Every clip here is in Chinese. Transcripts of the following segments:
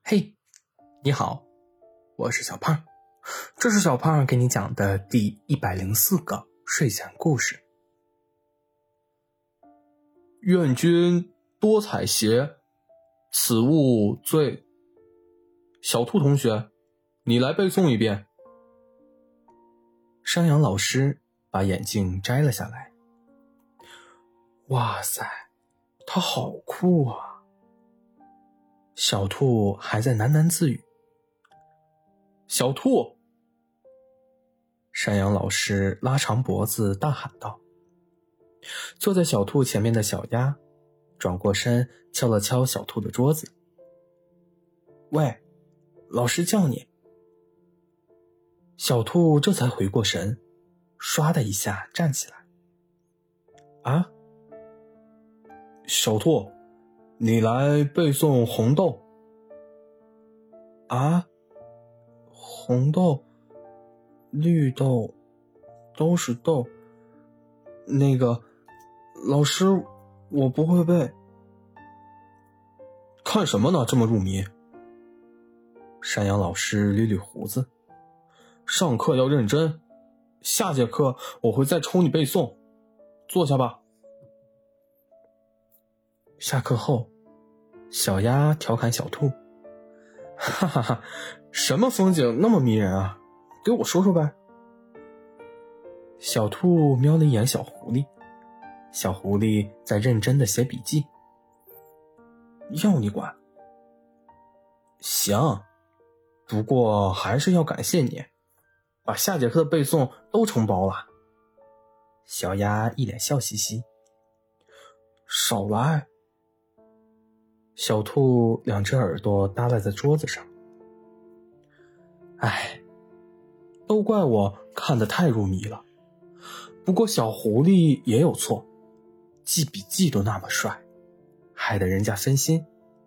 嘿，你好，我是小胖，这是小胖给你讲的第104个睡前故事。愿君多采撷，此物最。小兔同学，你来背诵一遍。山羊老师把眼镜摘了下来。哇塞，他好酷啊！小兔还在喃喃自语。小兔！山羊老师拉长脖子大喊道。坐在小兔前面的小鸭转过身敲了敲小兔的桌子。喂，老师叫你。小兔这才回过神，唰的一下站起来。啊？小兔，你来背诵红豆。啊？红豆、绿豆都是豆。那个，老师，我不会背。看什么呢，这么入迷？山羊老师捋捋胡子。上课要认真，下节课我会再抽你背诵。坐下吧。下课后，小鸭调侃小兔。哈哈哈，什么风景那么迷人啊？给我说说呗。小兔瞄了一眼小狐狸，小狐狸在认真地写笔记。要你管。行，不过还是要感谢你，把下节课的背诵都承包了。小鸭一脸笑嘻嘻。少来。小兔两只耳朵耷拉在桌子上。唉，都怪我看得太入迷了。不过小狐狸也有错，记笔记都那么帅，害得人家分心。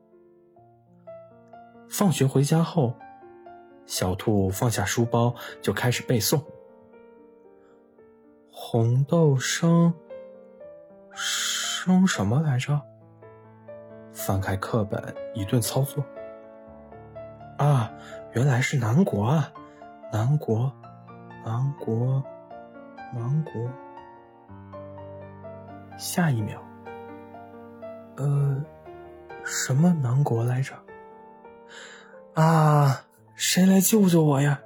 放学回家后，小兔放下书包就开始背诵。红豆生什么来着？翻开课本一顿操作。啊，原来是南国啊，南国。下一秒，什么南国来着？啊，谁来救救我呀？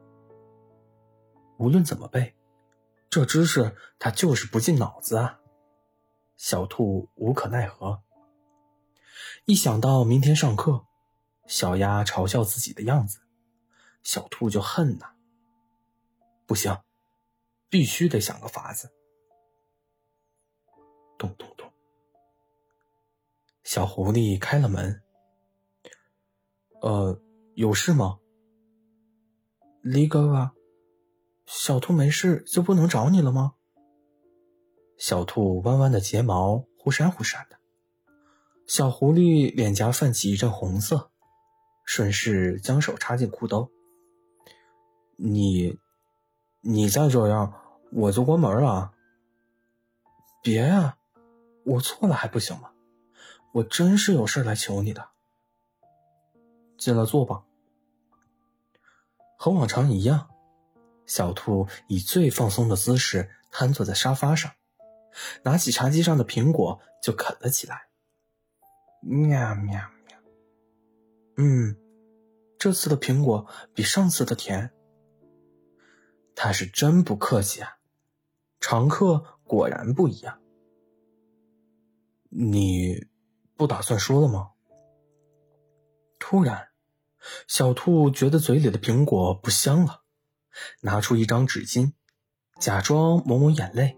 无论怎么背，这知识它就是不进脑子啊。小兔无可奈何。一想到明天上课，小鸭嘲笑自己的样子，小兔就恨呐。不行，必须得想个法子。咚咚咚，小狐狸开了门。有事吗？狸哥哥，小兔没事就不能找你了吗？小兔弯弯的睫毛忽闪忽闪的。小狐狸脸颊泛起一阵红色，顺势将手插进裤兜。你再这样，我就关门了。别啊，我错了还不行吗？我真是有事来求你的。进来坐吧。和往常一样，小兔以最放松的姿势瘫坐在沙发上，拿起茶几上的苹果就啃了起来。喵喵喵。这次的苹果比上次的甜。他是真不客气啊，常客果然不一样。你不打算说了吗？突然，小兔觉得嘴里的苹果不香了，拿出一张纸巾，假装抹抹眼泪。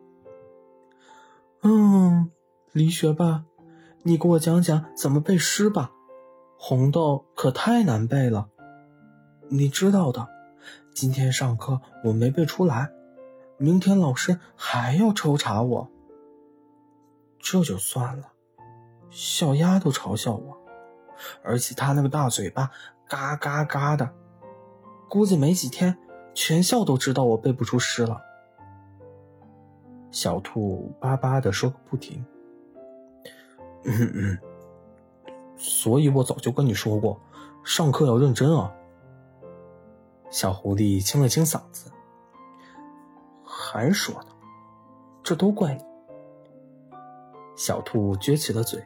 李学霸，你给我讲讲怎么背诗吧，红豆可太难背了。你知道的，今天上课我没背出来，明天老师还要抽查我。这就算了，小鸭都嘲笑我，而且他那个大嘴巴嘎嘎嘎的，估计没几天全校都知道我背不出诗了。小兔巴巴地说个不停。 所以我早就跟你说过，上课要认真啊。小狐狸清了清嗓子，还说呢，这都怪你。小兔撅起了嘴，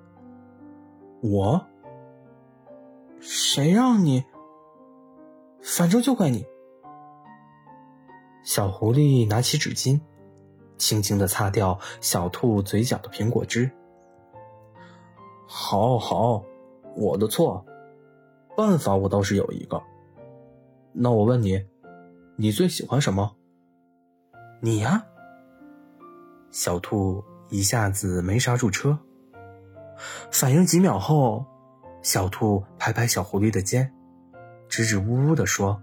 我？谁让你？反正就怪你。小狐狸拿起纸巾，轻轻地擦掉小兔嘴角的苹果汁。好，我的错，办法我倒是有一个。那我问你，你最喜欢什么？你呀？小兔一下子没刹住车，反应几秒后，小兔拍拍小狐狸的肩，支支吾吾地说，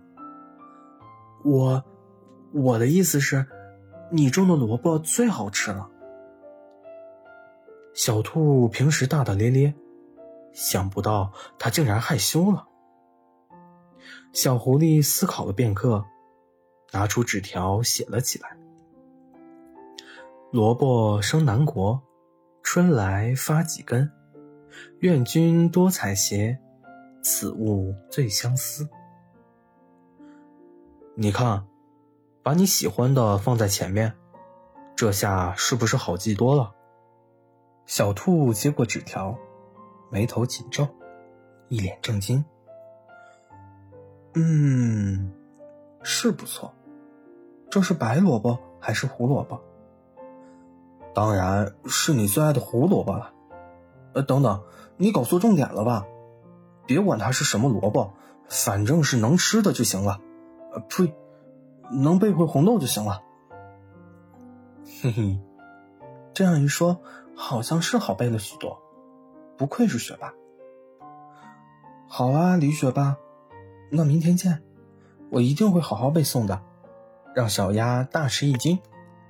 我的意思是，你种的萝卜最好吃了。小兔平时大大咧咧，想不到它竟然害羞了。小狐狸思考了片刻，拿出纸条写了起来。萝卜生南国，春来发几根，愿君多采撷，此物最相思。你看，把你喜欢的放在前面，这下是不是好记多了？小兔接过纸条，眉头紧皱，一脸正经。是不错。这是白萝卜还是胡萝卜？当然是你最爱的胡萝卜了。等等，你搞错重点了吧？别管它是什么萝卜，反正是能吃的就行了。呸，能背会红豆就行了。嘿嘿，这样一说，好像是好背了许多。不愧是学霸。好啊，李学霸，那明天见，我一定会好好背诵的，让小鸭大吃一惊。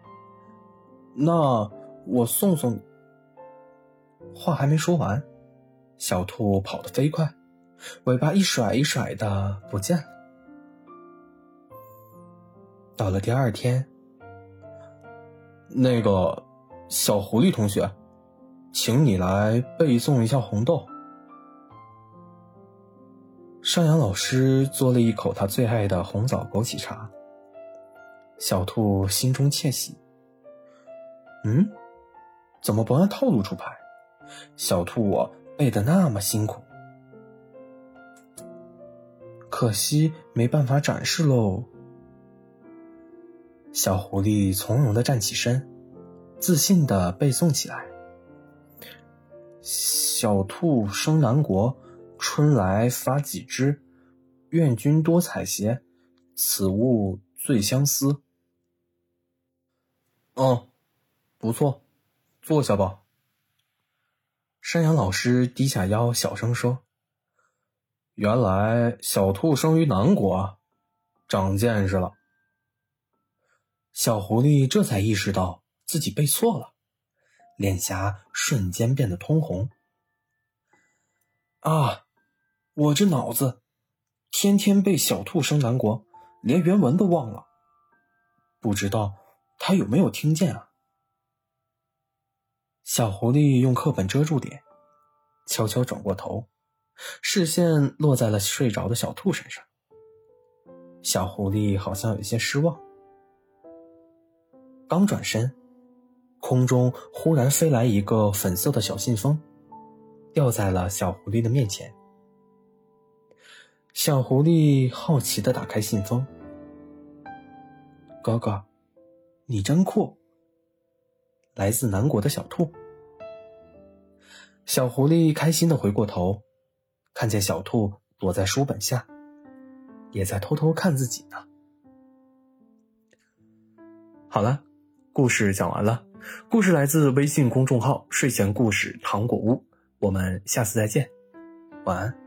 那我送你。话还没说完，小兔跑得飞快，尾巴一甩一甩的不见了。到了第二天，那个小狐狸同学，请你来背诵一下红豆。山羊老师嘬了一口他最爱的红枣枸杞茶，小兔心中窃喜。怎么不按套路出牌？小兔我背得那么辛苦，可惜没办法展示喽。小狐狸从容地站起身，自信地背诵起来。小兔生南国，春来发几枝，愿君多采撷，此物最相思。不错，坐下吧。山羊老师低下腰小声说，原来小兔生于南国，长见识了。小狐狸这才意识到自己背错了，脸颊瞬间变得通红。我这脑子天天背小兔生南国，连原文都忘了，不知道他有没有听见啊？小狐狸用课本遮住脸，悄悄转过头，视线落在了睡着的小兔身上。小狐狸好像有些失望。刚转身，空中忽然飞来一个粉色的小信封，掉在了小狐狸的面前。小狐狸好奇地打开信封，哥哥，你真酷。来自南国的小兔。小狐狸开心地回过头，看见小兔躲在书本下，也在偷偷看自己呢。好了，故事讲完了。故事来自微信公众号睡前故事糖果屋，我们下次再见，晚安。